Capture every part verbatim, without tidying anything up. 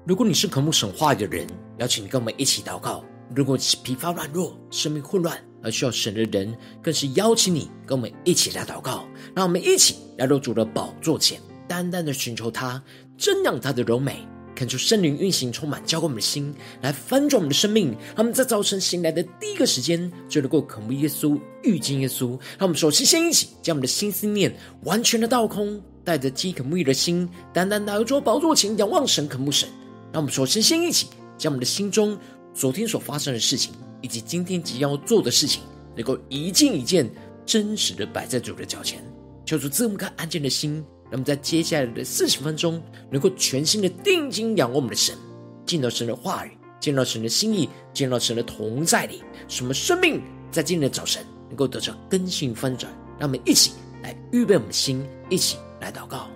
如果你是渴慕神话语的人，邀请你跟我们一起祷告。如果你是疲乏软弱、生命混乱而需要神的人，更是邀请你跟我们一起来祷告。让我们一起来到主的宝座前，单单的寻求他，瞻仰他的柔美，恳求圣灵运行充满浇灌我们的心，来翻转我们的生命。让我们在早晨醒来的第一个时间就能够渴慕耶稣，遇见耶稣。让我们首先先一起将我们的心思念完全的倒空，带着饥渴沐浴的心，单单来到主宝座前仰望神，渴慕神。让我们首先先一起将我们的心中昨天所发生的事情，以及今天即将要做的事情，能够一件一件真实的摆在主的脚前，求主赐我们个安静的心，让我们在接下来的四十分钟能够全心的定睛仰望我们的神，进到神的话语，进到神的心意，进到神的同在里，使我们生命在今天的早晨能够得到更新翻转。让我们一起来预备我们的心，一起来祷告。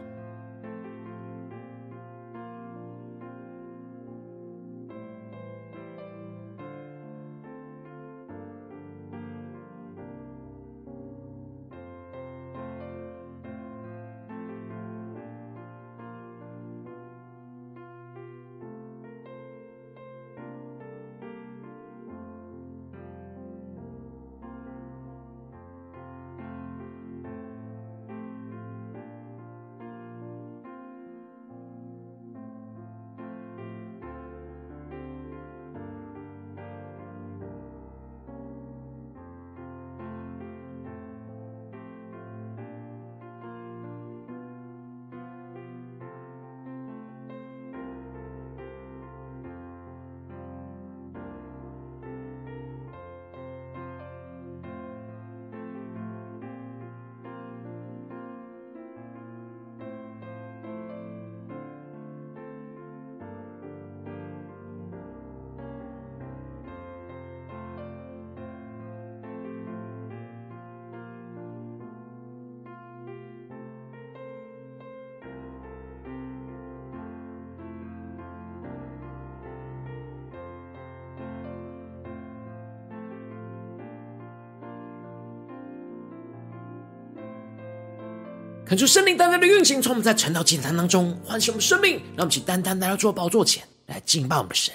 恳求圣灵单单的运行，从我们在晨祷祭坛当中唤醒我们生命，让我们一起单单来到主的宝座前来敬拜我们的神。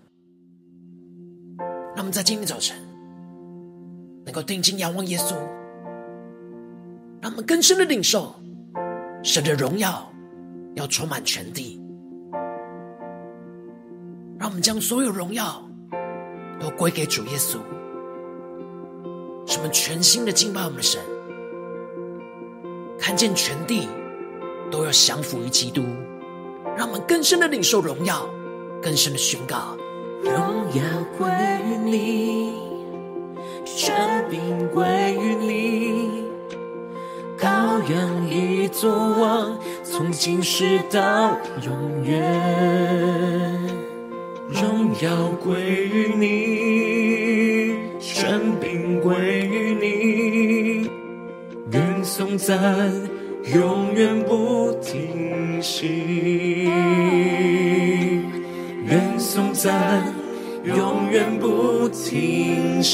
让我们在今天早晨能够定睛仰望耶稣，让我们更深的领受神的荣耀要充满全地。让我们将所有荣耀都归给主耶稣，使我们全心的敬拜我们的神，看见全地都要降服于基督。让我们更深的领受荣耀，更深的宣告： 荣耀归于你，权柄归于你，羔羊已作王，从今世到永远。荣耀归于你，权柄归于你，愿颂赞永远不停息，愿颂赞永远不停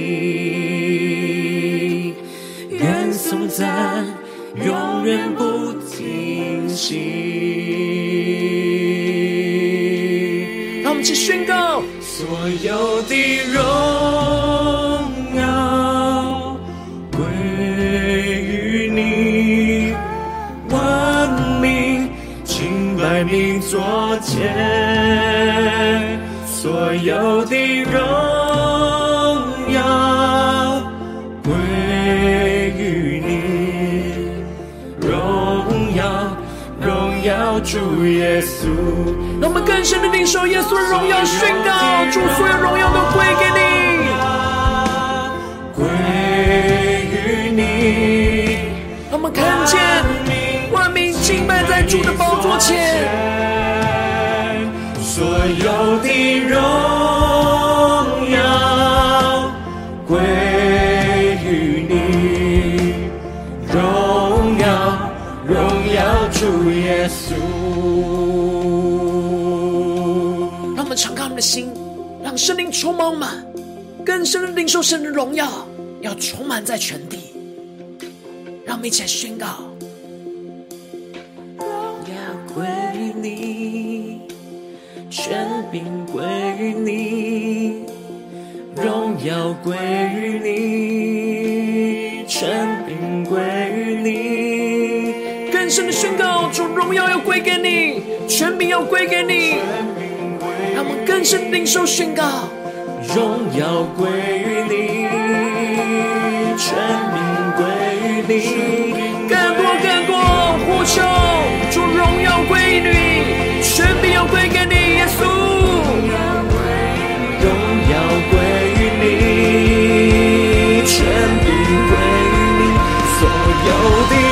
息，愿颂赞永远不停息。 让我们一起宣告： 所有的荣耀归于你，万民敬拜你座前，所有的荣耀归于你，荣耀荣耀主耶稣。 让我们更深的领受耶稣的荣耀，宣告主所有荣耀都归给你， 归于你。 让我们看见万民敬拜在主的宝座前， 所有的荣耀归于你，荣耀荣耀主耶稣。 让我们敞开我们的心，让圣灵充满我们，更深的领受神的荣耀要充满在全地。让我们一起来宣告： 荣耀归于你， 权柄归于你，荣耀归于你，权柄归于你。 更深的宣告，主荣耀要归给你，权柄要归给你。让我们更深领受宣告， 荣耀归于你，权柄归于你。 更多更多呼求，主荣耀归于你，权柄要归给你，耶稣。 荣耀归于你，权柄归于你，所有的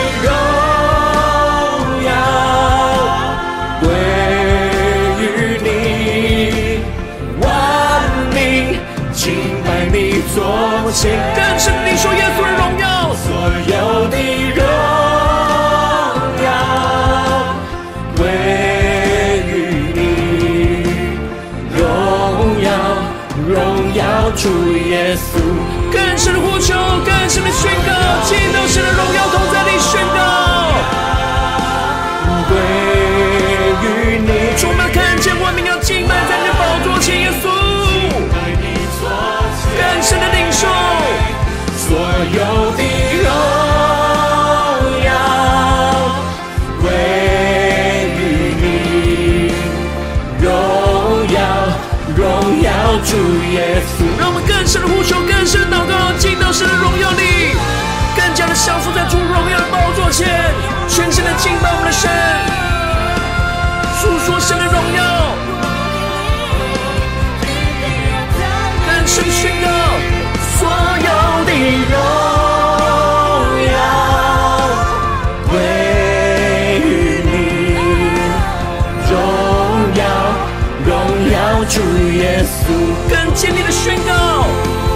荣耀归于你，万民敬拜你座前。 更深领受耶稣的荣耀， 所有的荣耀归于你，荣耀荣耀主耶稣。 更深的呼求，更深的宣告，见到神的荣耀同在里宣告， 归于你。 主，我们看见万民要敬拜在你的宝座前，耶稣。更深的领受， 所有的荣耀归于你，荣耀荣耀主耶稣。 让我们更深的呼求，更深的祷告，进到神的荣耀里，更加的降服在主荣耀的宝座前，全心的敬拜我们的神，诉说神的荣耀，更深的宣告， 所有的荣耀归于你，荣耀荣耀主耶稣。 更坚定的宣告，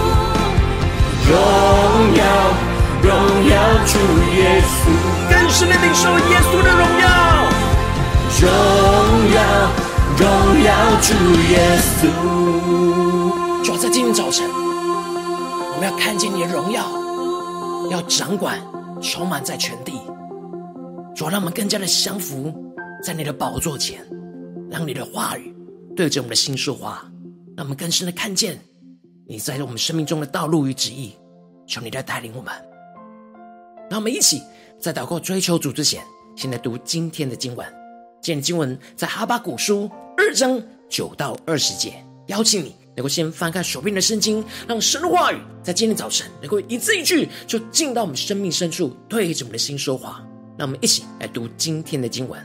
荣耀荣耀主耶稣， 更深的领受耶稣的荣耀， 荣耀荣耀主耶稣。 主要在今天早晨，我们要看见你的荣耀，要掌管充满在全地。主要让我们更加的降服在你的宝座前，让你的话语对着我们的心说话，让我们更深的看见你在我们生命中的道路与旨意。求你来带领我们，让我们一起在祷告追求主之前，先来读今天的经文。今天的经文在哈巴谷书二章九到二十节。邀请你能够先翻开手边的圣经，让神的话语在今天早晨能够一字一句就进到我们生命深处，对着我们的心说话。让我们一起来读今天的经文。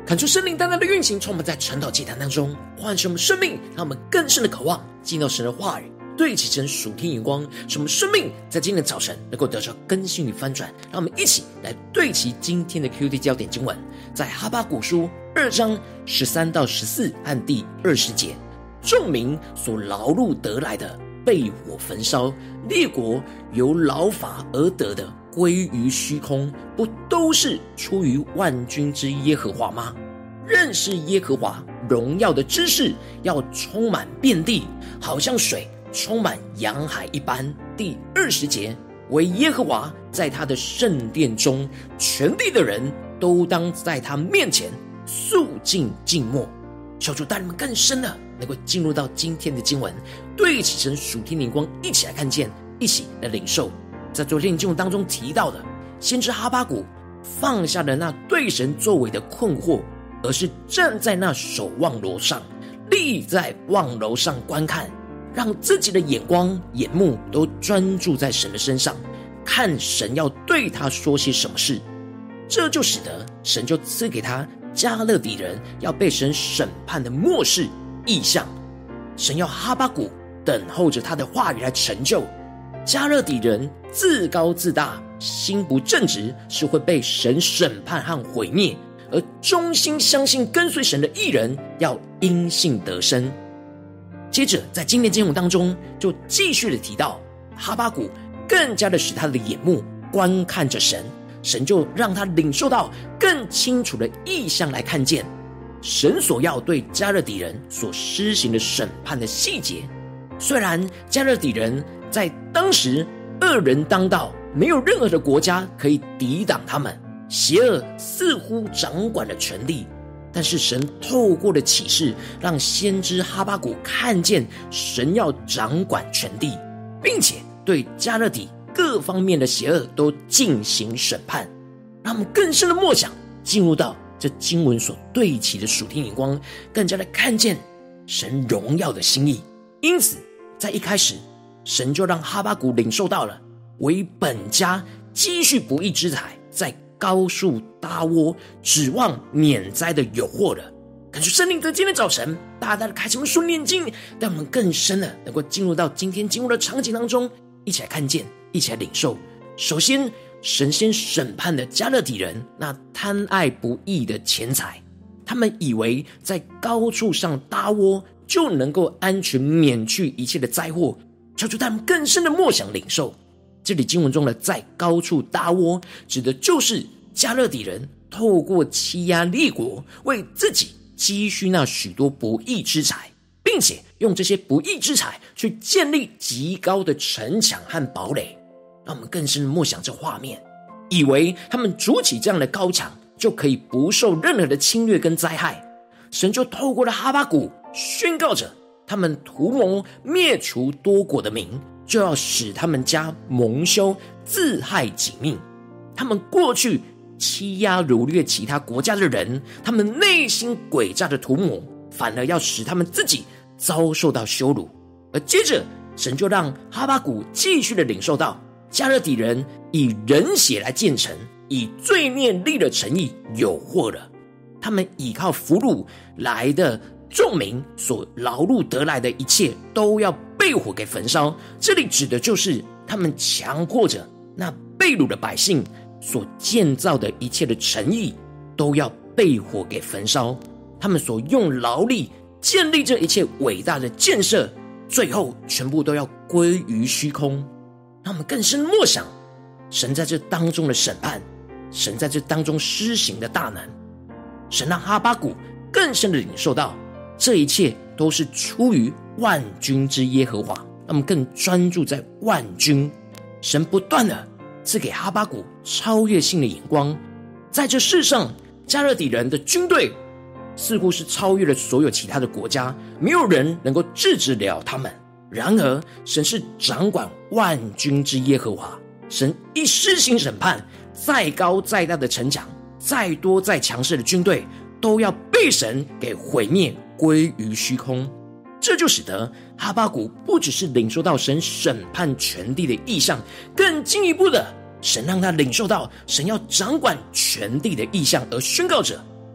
恳求圣灵单单的运行，充满在晨祷祭坛当中，唤醒我们生命，让我们更深的渴望进到神的话语，对齐神属天眼光，使我们生命在今天的早晨能够得到更新与翻转。让我们一起来对齐今天的 Q T 焦点经文，在哈巴谷书二章十三到十四和第二十节，众民所劳碌得来的被火焚烧，列国由劳乏而得的归于虚空，不都是出于万军之耶和华吗？认识耶和华荣耀的知识要充满遍地，好像水充满洋海一般。第二十节，为耶和华在他的圣殿中，全地的人都当在他面前肃静静默。求主带你们更深的能够进入到今天的经文，对齐神属天灵光，一起来看见，一起来领受。在昨天经文当中提到的，先知哈巴谷放下了那对神作为的困惑，而是站在那守望楼上，立在望楼上观看，让自己的眼光眼目都专注在神的身上，看神要对他说些什么事。这就使得神就赐给他加勒底人要被神审判的末世异象。神要哈巴谷等候着他的话语来成就。加勒底人自高自大，心不正直，是会被神审判和毁灭，而忠心相信跟随神的义人要因信得生。接着在今天经文当中就继续的提到，哈巴谷更加的使他的眼目观看着神，神就让他领受到更清楚的意象来看见神所要对加勒底人所施行的审判的细节。虽然加勒底人在当时恶人当道，没有任何的国家可以抵挡他们，邪恶似乎掌管了权力，但是神透过了启示，让先知哈巴谷看见神要掌管权力，并且对加勒底各方面的邪恶都进行审判，让我们更深的默想，进入到这经文所对齐的属天眼光，更加的看见神荣耀的心意。因此在一开始，神就让哈巴谷领受到了为本家积蓄不义之财，在高树搭窝，指望免灾的有祸了。恳求圣灵在今天早晨大大的开启我们属灵眼睛，让我们更深的能够进入到今天经文的场景当中，一起来看见，一起来领受。首先，神先审判的加勒底人那贪爱不义的钱财，他们以为在高处上搭窝就能够安全免去一切的灾祸，求主他们更深的默想领受。这里经文中的在高处搭窝，指的就是加勒底人透过欺压列国，为自己积蓄那许多不义之财，并且用这些不义之财去建立极高的城墙和堡垒。让我们更深的默想这画面，以为他们筑起这样的高墙就可以不受任何的侵略跟灾害。神就透过了哈巴谷宣告着，他们图谋灭除多国的民，就要使他们家蒙羞，自害己命。他们过去欺压掳掠其他国家的人，他们内心诡诈的图谋，反而要使他们自己遭受到羞辱。而接着神就让哈巴谷继续的领受到，加勒底人以人血来建城，以罪孽立了城邑，有祸了。他们依靠俘虏来的众民所劳碌得来的一切，都要被火给焚烧。这里指的就是他们强迫着那被掳的百姓所建造的一切的城邑，都要被火给焚烧。他们所用劳力建立这一切伟大的建设，最后全部都要归于虚空。让我们更深默想神在这当中的审判，神在这当中施行的大能。神让哈巴谷更深的领受到，这一切都是出于万军之耶和华。让我们更专注在万军。神不断的赐给哈巴谷超越性的眼光，在这世上加勒底人的军队似乎是超越了所有其他的国家，没有人能够制止了他们。然而神是掌管万军之耶和华，神一施行审判，再高再大的城墙，再多再强势的军队，都要被神给毁灭，归于虚空。这就使得哈巴谷不只是领受到神审判全地的意象，更进一步的，神让他领受到神要掌管全地的意象，而宣告着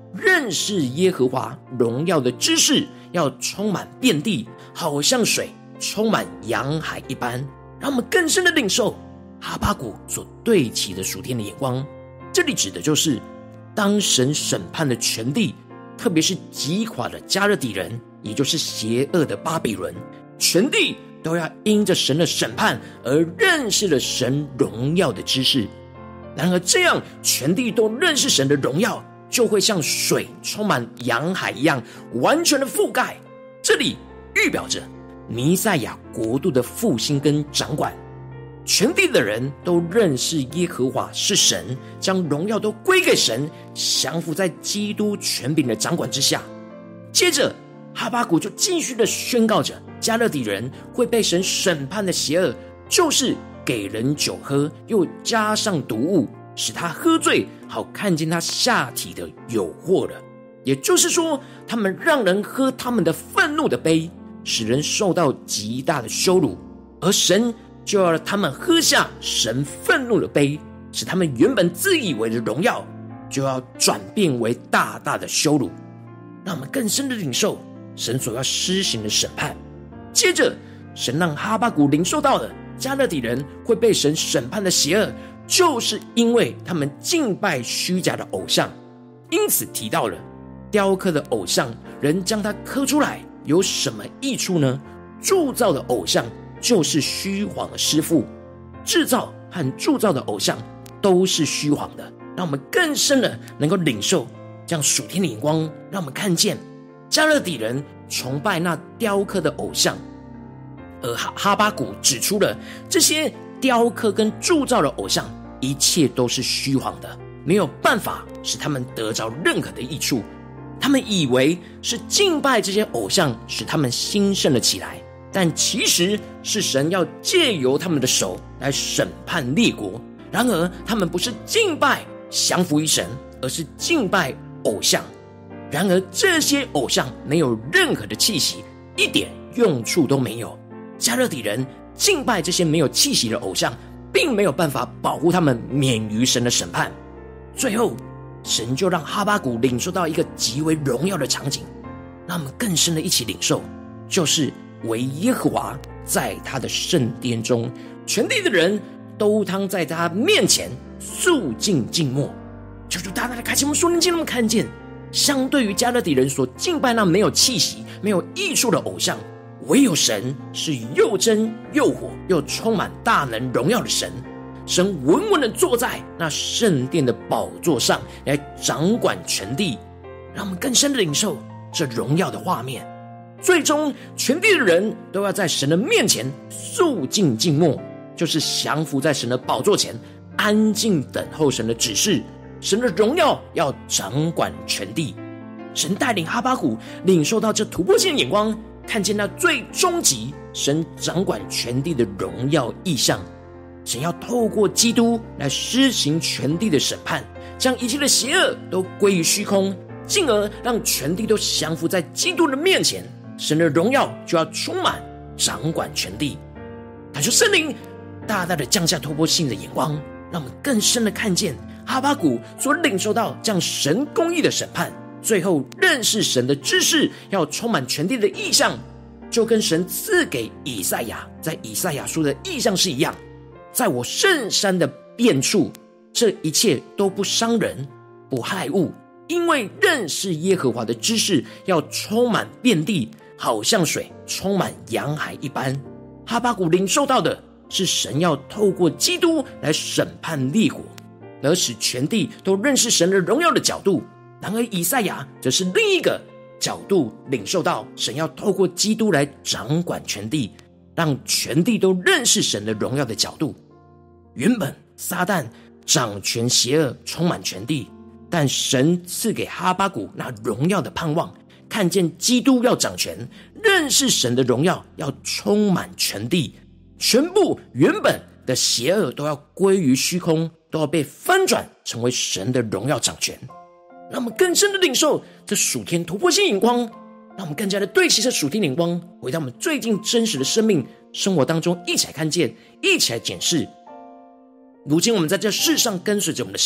认识耶和华荣耀的知识要充满遍地，好像水充满洋海一般。让我们更深的领受哈巴谷所对齐的属天的眼光。这里指的就是当神审判的全地，特别是击垮的加勒底人，也就是邪恶的巴比伦，全地都要因着神的审判而认识了神荣耀的知识。然而这样全地都认识神的荣耀，就会像水充满洋海一样完全的覆盖。这里预表着弥赛亚国度的复兴跟掌管，全地的人都认识耶和华是神，将荣耀都归给神，降服在基督权柄的掌管之下。接着哈巴谷就继续的宣告着，加勒底人会被神审判的邪恶，就是给人酒喝，又加上毒物，使他喝醉，好看见他下体的有祸了。也就是说，他们让人喝他们的愤怒的杯，使人受到极大的羞辱，而神就要让他们喝下神愤怒的杯，使他们原本自以为的荣耀就要转变为大大的羞辱。让我们更深的领受神所要施行的审判。接着神让哈巴谷领受到了加勒底人会被神审判的邪恶，就是因为他们敬拜虚假的偶像。因此提到了雕刻的偶像，人将它刻出来有什么益处呢？铸造的偶像就是虚谎的师傅，制造和铸造的偶像都是虚谎的。让我们更深的能够领受这样属天的眼光，让我们看见加勒底人崇拜那雕刻的偶像，而哈巴谷指出了这些雕刻跟铸造的偶像一切都是虚谎的，没有办法使他们得着任何的益处。他们以为是敬拜这些偶像使他们兴盛了起来，但其实是神要借由他们的手来审判列国。然而他们不是敬拜降服于神，而是敬拜偶像。然而这些偶像没有任何的气息，一点用处都没有。加勒底人敬拜这些没有气息的偶像，并没有办法保护他们免于神的审判。最后神就让哈巴谷领受到一个极为荣耀的场景，让我们更深的一起领受，就是唯耶和华在他的圣殿中，全地的人都当在他面前肃静静默。求主大大的开启我们属灵经，让我们看见，相对于加勒底人所敬拜那没有气息没有益处的偶像，唯有神是又真又活又充满大能荣耀的神。神稳稳的坐在那圣殿的宝座上，来掌管全地。让我们更深的领受这荣耀的画面。最终全地的人都要在神的面前肃静静默，就是降服在神的宝座前，安静等候神的指示。神的荣耀要掌管全地。神带领哈巴谷领受到这突破性的眼光，看见那最终极神掌管全地的荣耀意象。神要透过基督来施行全地的审判，将一切的邪恶都归于虚空，进而让全地都降服在基督的面前。神的荣耀就要充满掌管全地。感谢圣灵大大的降下突破性的眼光，让我们更深的看见哈巴谷所领受到这样神公义的审判，最后认识神的知识要充满全地的意象，就跟神赐给以赛亚在以赛亚书的意象是一样。在我圣山的遍处，这一切都不伤人不害物，因为认识耶和华的知识要充满遍地，好像水充满洋海一般。哈巴谷领受到的是神要透过基督来审判列国，而使全地都认识神的荣耀的角度。然而以赛亚则是另一个角度领受到神要透过基督来掌管全地，让全地都认识神的荣耀的角度。原本撒旦掌权邪恶充满全地，但神赐给哈巴谷那荣耀的盼望，看见基督要掌权，认识神的荣耀要充满全地，全部原本的邪恶都要归于虚空，都要被翻转成为神的荣耀掌权。让我们更深的领受这属天突破性眼光，让我们更加的对齐这属天眼光，回到我们最近真实的生命生活当中，一起来看见，一起来检视。如今我们在这世上跟随着我们的神，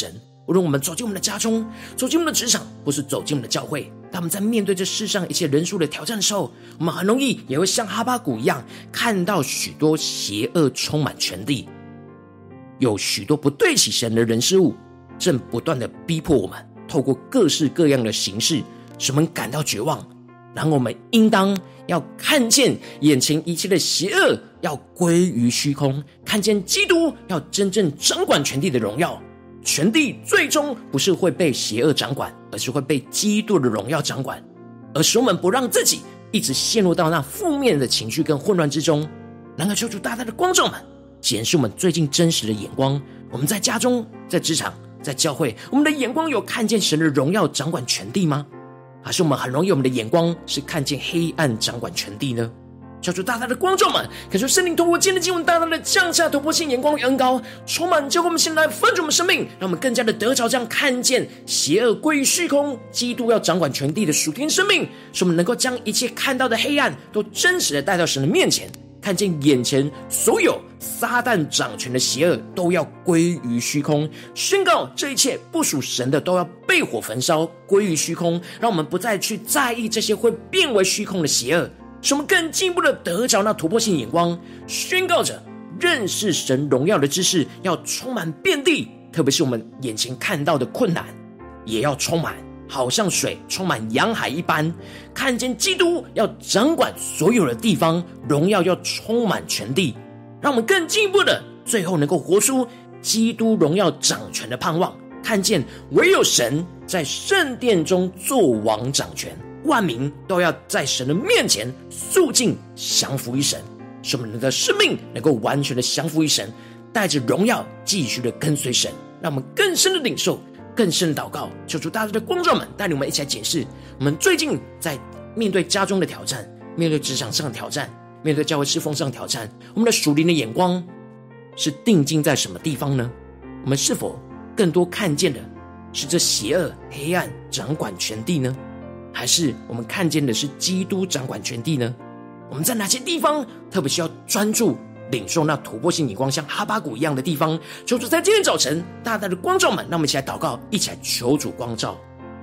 无论我们走进我们的家中，走进我们的职场，或是走进我们的教会，当我们在面对这世上一切人数的挑战的时候，我们很容易也会像哈巴谷一样，看到许多邪恶充满全地，有许多不对起神的人事物，正不断的逼迫我们，透过各式各样的形式，使我们感到绝望。然后我们应当要看见眼前一切的邪恶要归于虚空，看见基督要真正掌管全地的荣耀。全地最终不是会被邪恶掌管，而是会被基督的荣耀掌管，而使我们不让自己一直陷入到那负面的情绪跟混乱之中。然而求主大大的光照们，检视我们最近真实的眼光。我们在家中，在职场，在教会，我们的眼光有看见神的荣耀掌管全地吗？还是我们很容易我们的眼光是看见黑暗掌管全地呢？求主大大的光照们，恳求圣灵透过今天的经文大大的降下突破性眼光与恩膏，充满教会我们现在分盛我们生命，让我们更加的得着这样看见邪恶归于虚空，基督要掌管全地的属天生命，使我们能够将一切看到的黑暗都真实的带到神的面前，看见眼前所有撒旦掌权的邪恶都要归于虚空，宣告这一切不属神的都要被火焚烧，归于虚空。让我们不再去在意这些会变为虚空的邪恶，使我们更进一步的得着那突破性眼光，宣告着认识神荣耀的知识要充满遍地，特别是我们眼前看到的困难也要充满，好像水充满洋海一般，看见基督要掌管所有的地方，荣耀要充满全地，让我们更进一步的最后能够活出基督荣耀掌权的盼望，看见唯有神在圣殿中作王掌权，万民都要在神的面前肃静降服于神，使我们的生命能够完全的降服于神，带着荣耀继续的跟随神，让我们更深的领受，更深的祷告。求主大家的光照们带领我们一起来检视我们最近在面对家中的挑战，面对职场上的挑战，面对教会侍奉上的挑战，我们的属灵的眼光是定睛在什么地方呢？我们是否更多看见的是这邪恶黑暗掌管全地呢？还是我们看见的是基督掌管全地呢？我们在哪些地方特别需要专注领受那突破性眼光，像哈巴谷一样的地方？求主在今天早晨大大的光照们，让我们一起来祷告，一起来求主光照。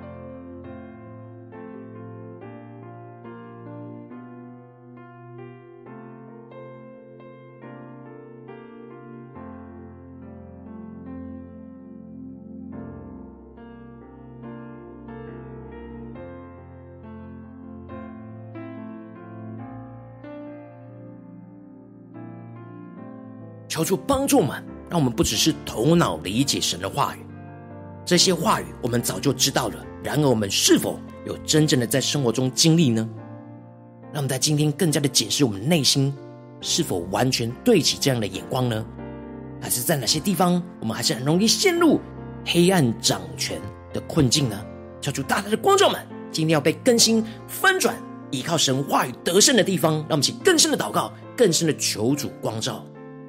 求主帮助我们，让我们不只是头脑理解神的话语，这些话语我们早就知道了，然而我们是否有真正的在生活中经历呢？让我们在今天更加的检视我们内心是否完全对齐这样的眼光呢？还是在哪些地方我们还是很容易陷入黑暗掌权的困境呢？求主大大的光照们，今天要被更新翻转，依靠神话语得胜的地方，让我们起更深的祷告，更深的求主光照。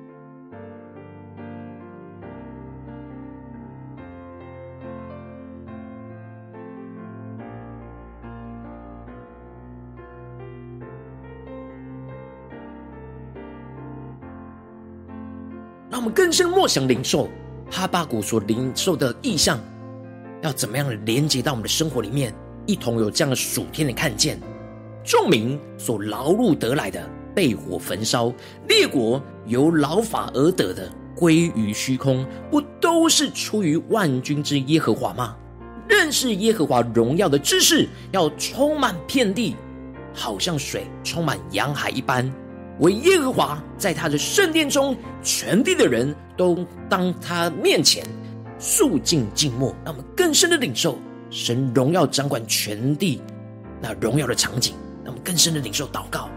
让我们更深默想领受哈巴谷所领受的意象，要怎么样的连接到我们的生活里面，一同有这样的属天的看见。众民所劳碌得来的被火焚烧，列国由劳法而得的归于虚空，不都是出于万军之耶和华吗？认识耶和华荣耀的知识要充满遍地，好像水充满洋海一般。为耶和华在他的圣殿中，全地的人都当他面前肃静静默。让我们更深的领受神荣耀掌管全地那荣耀的场景，让我们更深的领受祷告。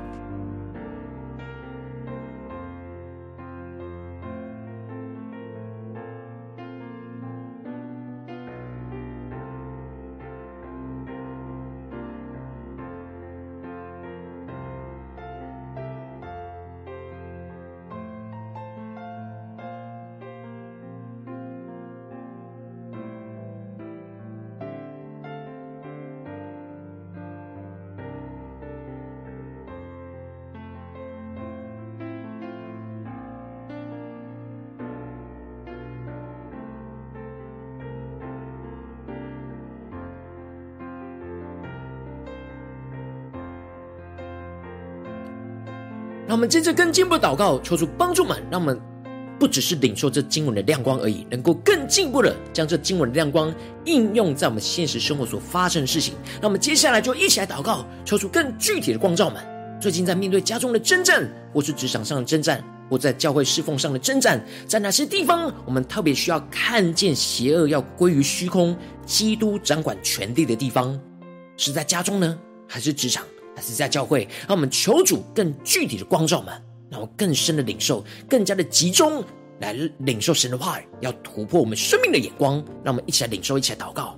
让我们接着更进一步的祷告，求主帮助我们，让我们不只是领受这经文的亮光而已，能够更进一步的将这经文的亮光应用在我们现实生活所发生的事情。那我们接下来就一起来祷告，求主更具体的光照我们。最近在面对家中的征战，或是职场上的征战，或在教会侍奉上的征战，在哪些地方我们特别需要看见邪恶要归于虚空，基督掌管全地的地方？是在家中呢，还是职场，还是在教会？让我们求主更具体的光照我们，让我们更深的领受，更加的集中来领受神的话语，要突破我们生命的眼光。让我们一起来领受，一起来祷告。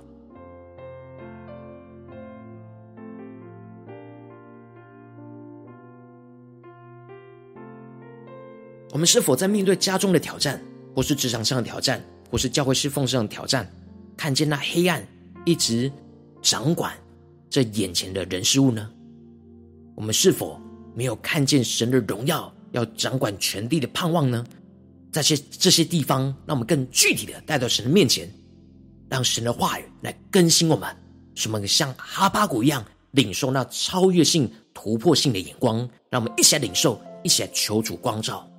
我们是否在面对家中的挑战，或是职场上的挑战，或是教会侍奉上的挑战，看见那黑暗一直掌管这眼前的人事物呢？我们是否没有看见神的荣耀要掌管全地的盼望呢？在这些这些地方，让我们更具体的带到神的面前，让神的话语来更新我们，使我们像哈巴谷一样领受那超越性突破性的眼光。让我们一起来领受，一起来求主光照。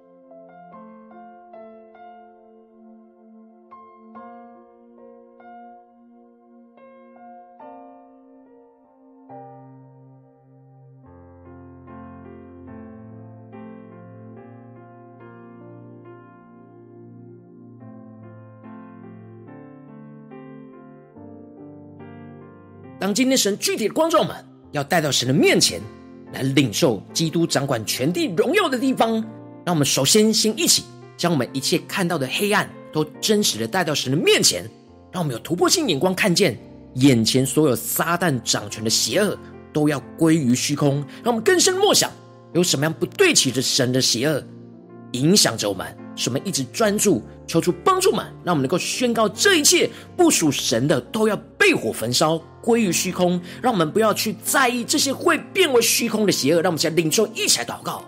当今天神具体的光照我们，要带到神的面前来领受基督掌管全地荣耀的地方，让我们首先先一起将我们一切看到的黑暗都真实的带到神的面前，让我们有突破性眼光，看见眼前所有撒旦掌权的邪恶都要归于虚空。让我们更深默想，有什么样不对齐着神的邪恶影响着我们，使我们一直专注求主帮助我们，让我们能够宣告这一切不属神的都要被火焚烧，归于虚空。让我们不要去在意这些会变为虚空的邪恶。让我们一起来领受，一起来祷告。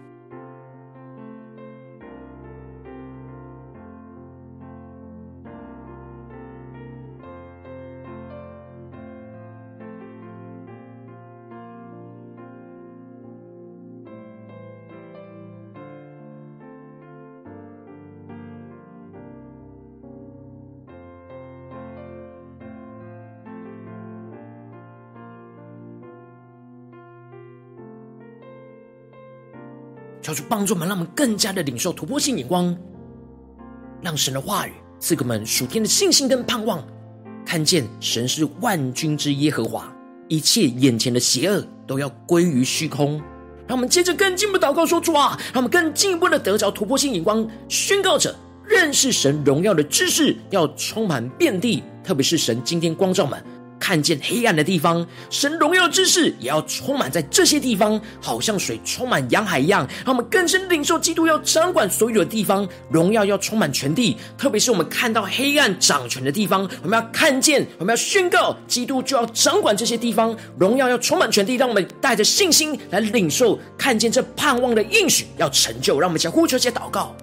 求主帮助我们，让我们更加的领受突破性眼光，让神的话语赐给我们属天的信心跟盼望，看见神是万军之耶和华，一切眼前的邪恶都要归于虚空。让我们接着更进一步祷告说，主啊，让我们更进一步的得着突破性眼光，宣告着认识神荣耀的知识要充满遍地，特别是神今天光照我们看见黑暗的地方，神荣耀之事也要充满在这些地方，好像水充满洋海一样。让我们更深领受基督要掌管所有的地方，荣耀要充满全地。特别是我们看到黑暗掌权的地方，我们要看见，我们要宣告基督就要掌管这些地方，荣耀要充满全地。让我们带着信心来领受，看见这盼望的应许要成就。让我们一起呼求，一起祷告。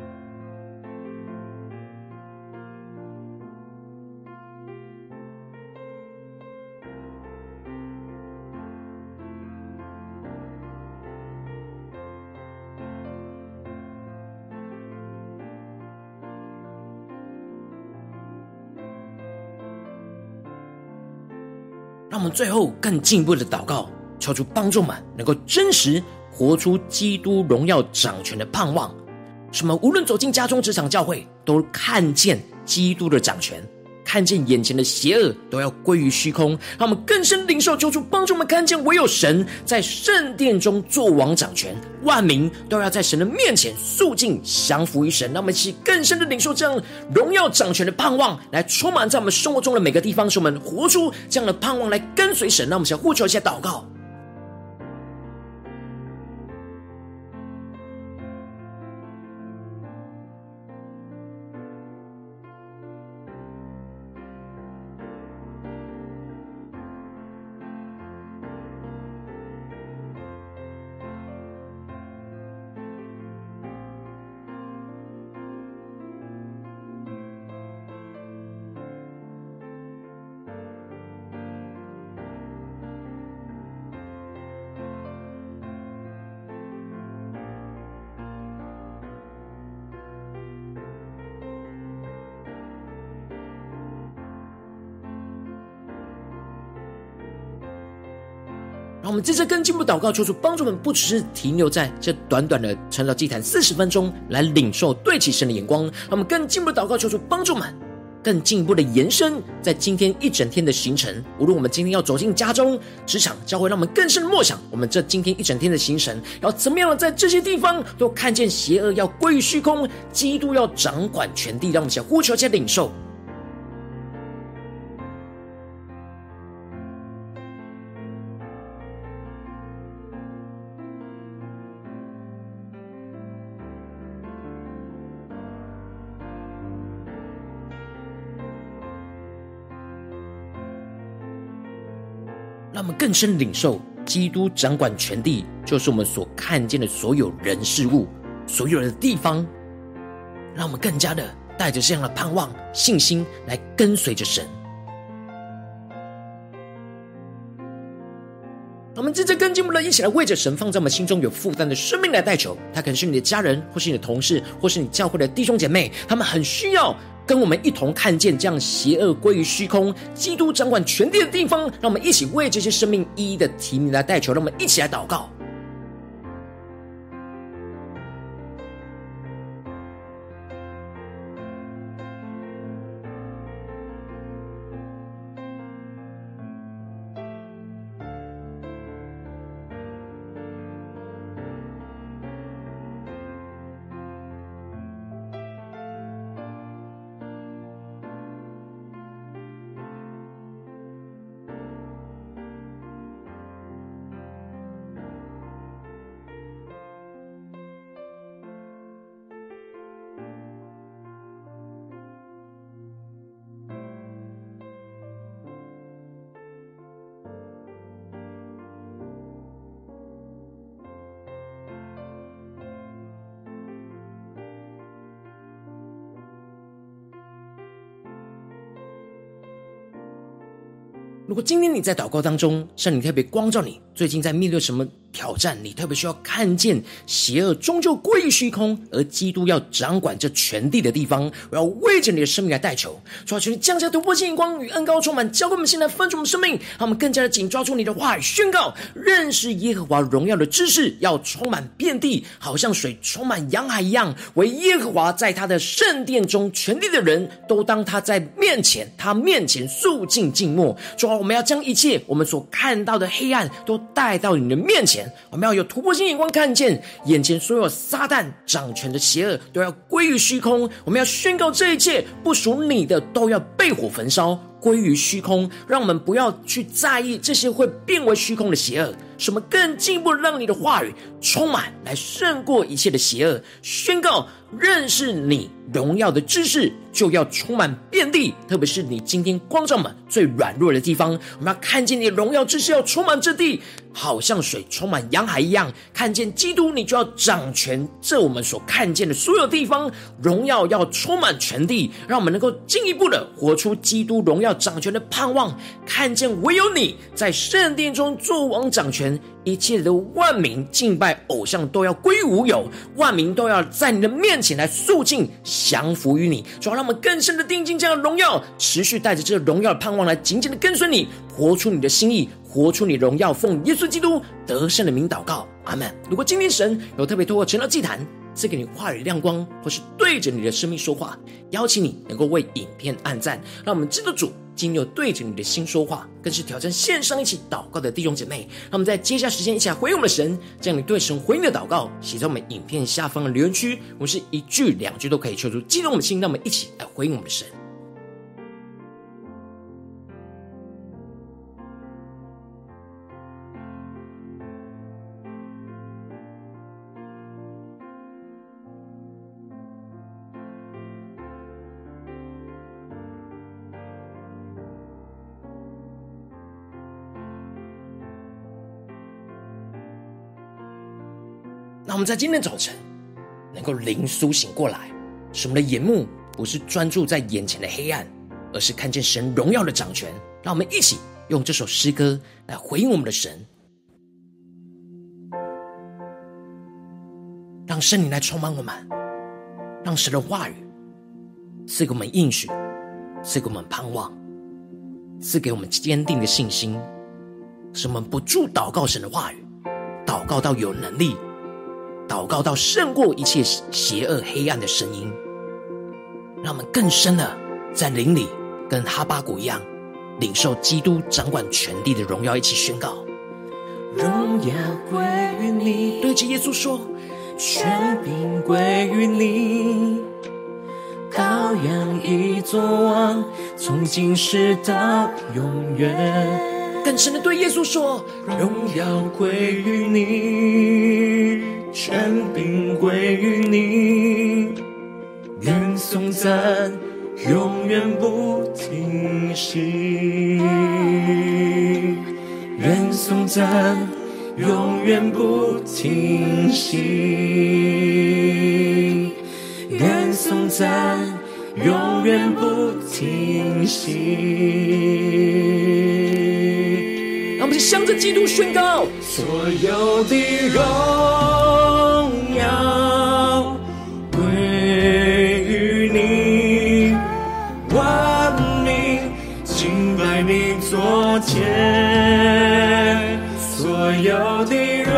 让我们最后更进一步的祷告，求主帮助我们能够真实活出基督荣耀掌权的盼望，使我们无论走进家中、职场、教会，都看见基督的掌权，看见眼前的邪恶都要归于虚空。让我们更深领受，求主帮助我们看见唯有神在圣殿中作王掌权，万民都要在神的面前肃静降服于神。让我们一起更深的领受这样荣耀掌权的盼望，来充满在我们生活中的每个地方，使我们活出这样的盼望来跟随神。让我们想呼求一下祷告。 让我们接着更进一步祷告，求主帮助我们，不只是停留在这短短的晨祷祭坛四十分钟来领受对齐神的眼光，让我们更进一步祷告，求主帮助我们更进一步的延伸在今天一整天的行程。无论我们今天要走进家中、职场、教会，让我们更深的默想我们这今天一整天的行程要怎么样的在这些地方都看见邪恶要归于虚空，基督要掌管全地。让我们一起呼求，加领受。让我们更深领受基督掌管全地，就是我们所看见的所有人事物，所有的地方。让我们更加的带着这样的盼望信心来跟随着神。我们接着跟进我们一起来为着神放在我们心中有负担的生命来代求。他可能是你的家人，或是你的同事，或是你教会的弟兄姐妹，他们很需要跟我们一同看见这样邪恶归于虚空，基督掌管全地的地方。让我们一起为这些生命一一的提名来代求。让我们一起来祷告。如果今天你在祷告当中，圣灵特别光照你，最近在面对什么挑战，你特别需要看见邪恶终究归于虚空，而基督要掌管这全地的地方，我要为着你的生命来代求。主啊，求你降下突破性眼光与恩膏充满，教给我们现在分出我们生命，让我们更加的紧抓住你的话语，宣告认识耶和华荣耀的知识要充满遍地，好像水充满洋海一样。为耶和华在他的圣殿中，全地的人都当他在面前，他面前肃静静默。主啊，我们要将一切我们所看到的黑暗都带到你的面前，我们要有突破性眼光，看见眼前所有撒旦掌权的邪恶都要归于虚空。我们要宣告这一切不属你的都要被火焚烧，归于虚空。让我们不要去在意这些会变为虚空的邪恶，使我们更进一步让你的话语充满，来胜过一切的邪恶。宣告认识你荣耀的知识就要充满遍地，特别是你今天光照我们最软弱的地方，我们要看见你的荣耀知识要充满这地，好像水充满洋海一样。看见基督，你就要掌权这我们所看见的所有地方，荣耀要充满全地，让我们能够进一步的活出基督荣耀掌权的盼望。看见唯有你在圣殿中作王掌权，一切的万民敬拜偶像都要归于无有，万民都要在你的面前来肃静降服于你。主要让我们更深的定睛这样的荣耀，持续带着这荣耀的盼望来紧紧的跟随你，活出你的心意，活出你荣耀。奉耶稣基督得胜的名祷告，阿们。如果今天神有特别透过晨祷祭坛赐给你话语亮光，或是对着你的生命说话，邀请你能够为影片按赞，让我们知道主今天有对着你的心说话，更是挑战线上一起祷告的弟兄姐妹。让我们在接下来时间一起来回应我们的神，将你对神回应的祷告写在我们影片下方的留言区，我们是一句两句都可以求出激动我们的心，让我们一起来回应我们的神。那我们在今天早晨能够灵苏醒过来，使我们的眼目不是专注在眼前的黑暗，而是看见神荣耀的掌权。让我们一起用这首诗歌来回应我们的神，让圣灵来充满我们，让神的话语赐给我们应许，赐给我们盼望，赐给我们坚定的信心， 使我们不住祷告神的话语，祷告到有能力，祷告到胜过一切邪恶黑暗的声音，让我们更深的在灵里跟哈巴谷一样，领受基督掌管全地的荣耀，一起宣告： 荣耀归于你， 对着耶稣说， 权柄归于你，羔羊已作王，从今世到永远。 更深的对耶稣说， 荣耀归于你，权柄归于你，愿颂赞永远不停息，愿颂赞永远不停息，愿颂赞永远不停息。 让我们向着基督宣告， 所有的荣耀归于你，万民敬拜你作天，所有的荣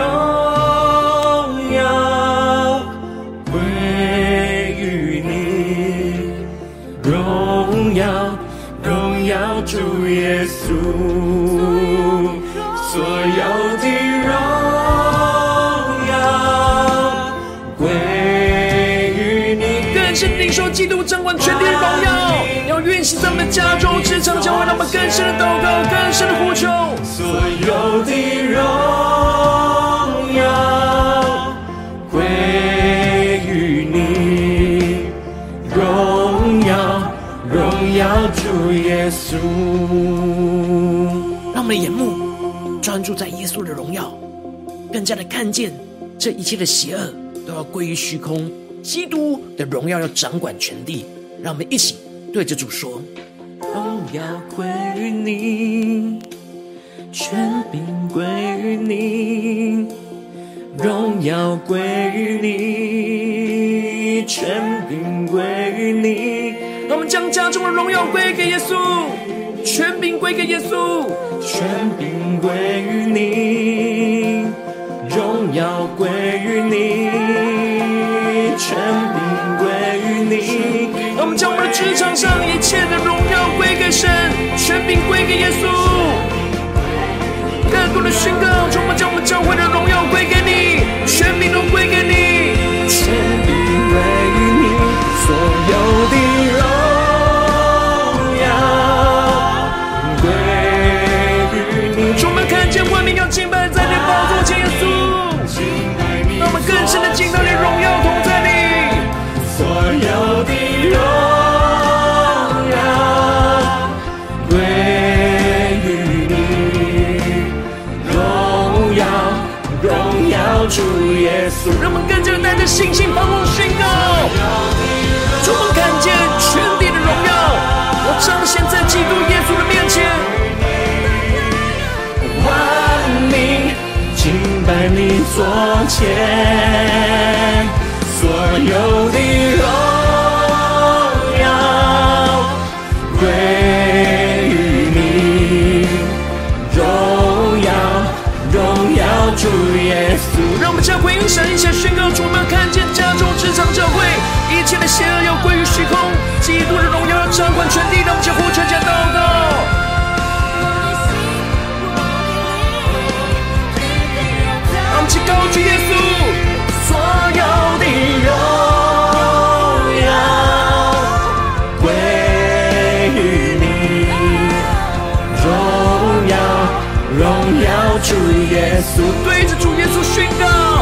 耀归于你，荣耀荣耀主耶稣，所有的荣耀归于你。 更深领受基督掌管全地的荣耀，要运行在我们的家中、职场、教会，让我们更深的祷告，更深的呼求。 所有的荣耀归于你，荣耀荣耀主耶稣。 让我们的眼目专注在耶稣的荣耀，更加的看见这一切的邪恶都要归于虚空，基督的荣耀要掌管全地。让我们一起对着主说， 荣耀归于你，权柄归于你，荣耀归于你，权柄归于你。 让我们将家中的荣耀归给耶稣，权柄归给耶稣， 权柄归于你，荣耀归于你，权柄归于你。 让我们将我们的职场上一切的荣耀归给神，权柄归给耶稣。更多的宣告，主，我们将我们教会的荣耀归给你，权柄都归给你， 权柄归于你，所有的荣耀归于你。 主，我们看见万民要敬拜在你的宝座前，耶稣，让我们更深的敬到你荣耀同在你， 所有的荣耀归于你，荣耀荣耀主耶稣。 让我们更加的带着信心盼望宣告，主，我们看见全地的荣耀要彰显在基督耶稣的面前， 万民敬拜你作前，所有的荣耀归于你，荣耀荣耀主耶稣。 让我们将回应神一起宣告，主，我们看见家中、职场、教会一切的邪恶要归于虚空，基督的荣耀要掌管全地。让我们将呼求加祷告，让我们去高举耶稣， 所有的荣耀归于你，荣耀荣耀主耶稣。 对着主耶稣宣告，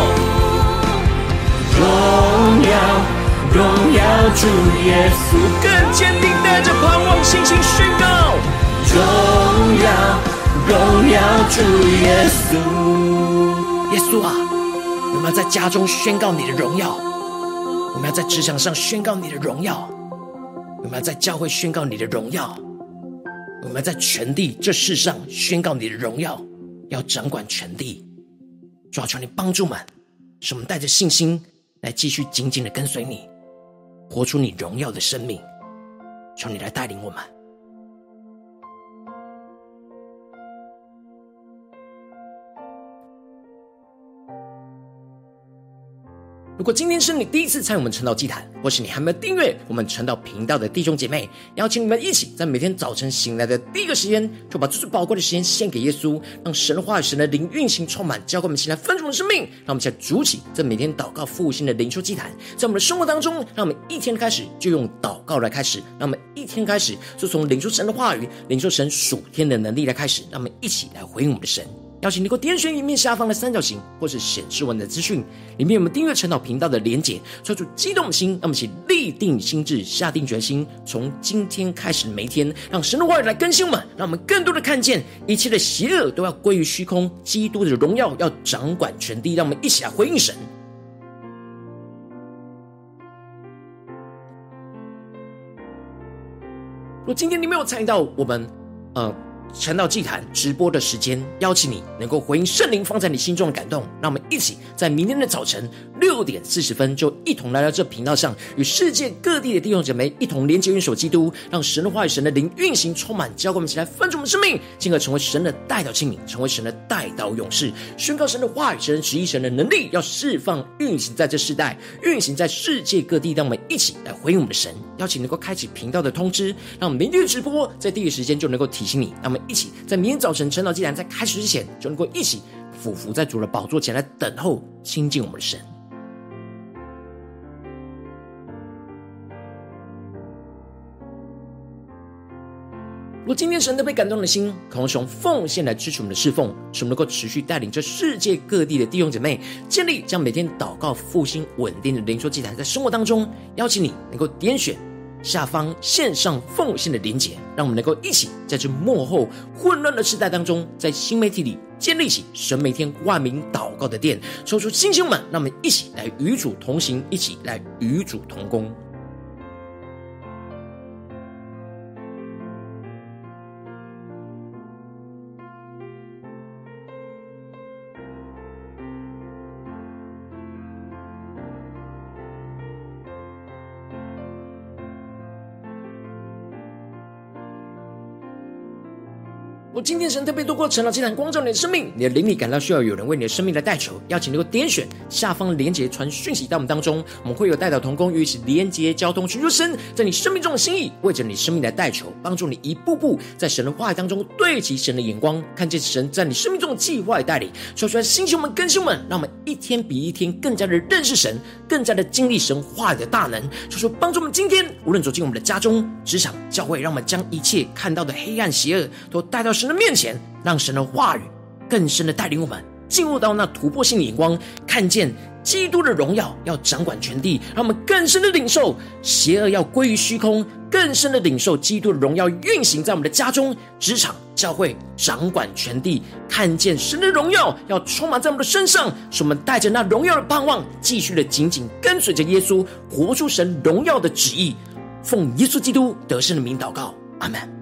荣耀荣耀主耶稣， 更坚定带着盼望信心宣告， 荣耀荣耀主耶稣。 耶稣啊，我们要在家中宣告你的荣耀，我们要在职场上宣告你的荣耀，我们要在教会宣告你的荣耀，我们要在全地这世上宣告你的荣耀，要掌管全地。主啊，求你帮助我们，使我们带着信心来继续紧紧的跟随你，活出你荣耀的生命。求你来带领我们。 如果今天是你第一次参与我们晨祷祭坛，或是你还没有订阅我们晨祷频道的弟兄姐妹，邀请你们一起在每天早晨醒来的第一个时间，就把最最宝贵的时间献给耶稣，让神的话语、神的灵运行充满，教灌我们起来分盛的生命。让我们一起来筑起在每天祷告复兴的灵修祭坛，在我们的生活当中，让我们一天开始就用祷告来开始，让我们一天开始就从领受神的话语、领受神属天的能力来开始，让我们一起来回应我们的神。邀请你能够点选影片下方的三角形，或是显示文的资讯，里面有我们订阅晨祷频道的连结，抓住激动的心，让我们一起立定心志，下定决心，从今天开始的每一天，让神的话语来更新我们，让我们更多的看见一切的邪恶都要归于虚空，基督的荣耀要掌管全地。让我们一起来回应神。如果今天你没有参与到我们呃晨祷祭坛直播的时间，邀请你能够回应圣灵放在你心中的感动，让我们一起在明天的早晨六点四十分就一同来到这频道上，与世界各地的弟兄姐妹一同连接、运手基督，让神的话语、神的灵运行充满，教灌我们起来分盛我们生命，进而成为神的代祷器皿，成为神的代祷勇士，宣告神的话语、神的旨意、神的能力要释放运行在这世代，运行在世界各地。让我们一起来回应我们的神，邀请能够开启频道的通知，让我们明天的直播在第一时间就能够提醒你。让我们一起在明天早晨晨祷祭坛在开始之前，就能够一起俯伏在主的宝座前来等候亲近我们的神。如果今天神都被感动的心，渴望从奉献来支持我们的侍奉，使我们能够持续带领着世界各地的弟兄姐妹建立将每天祷告复兴稳定的灵修祭坛，在生活当中邀请你能够点选下方线上奉献的连结，让我们能够一起在这末后混乱的时代当中，在新媒体里建立起神每天万名祷告的殿，抽出弟兄们，让我们一起来与主同行，一起来与主同工。我今天神特别透过晨祷祭坛光照你的生命，你的灵里感到需要有人为你的生命来代求，邀请能够点选下方的连结传讯息到我们当中，我们会有代祷同工与一起连结交通，寻求神在你生命中的心意，为着你生命来代求，帮助你一步步在神的话语当中对齐神的眼光，看见神在你生命中的计划与带领。说出来星球们更新们，让我们一天比一天更加的认识神，更加的经历神话语的大能。说出帮助我们今天无论走进我们的家中、职场、教会，让我们将一切看到的黑暗邪恶都带到神的面前，让神的话语更深的带领我们进入到那突破性的眼光，看见基督的荣耀要掌管全地，让我们更深的领受邪恶要归于虚空，更深的领受基督的荣耀运行在我们的家中、职场、教会，掌管全地，看见神的荣耀要充满在我们的身上，使我们带着那荣耀的盼望，继续的紧紧跟随着耶稣，活出神荣耀的旨意。奉耶稣基督得胜的名祷告，阿们。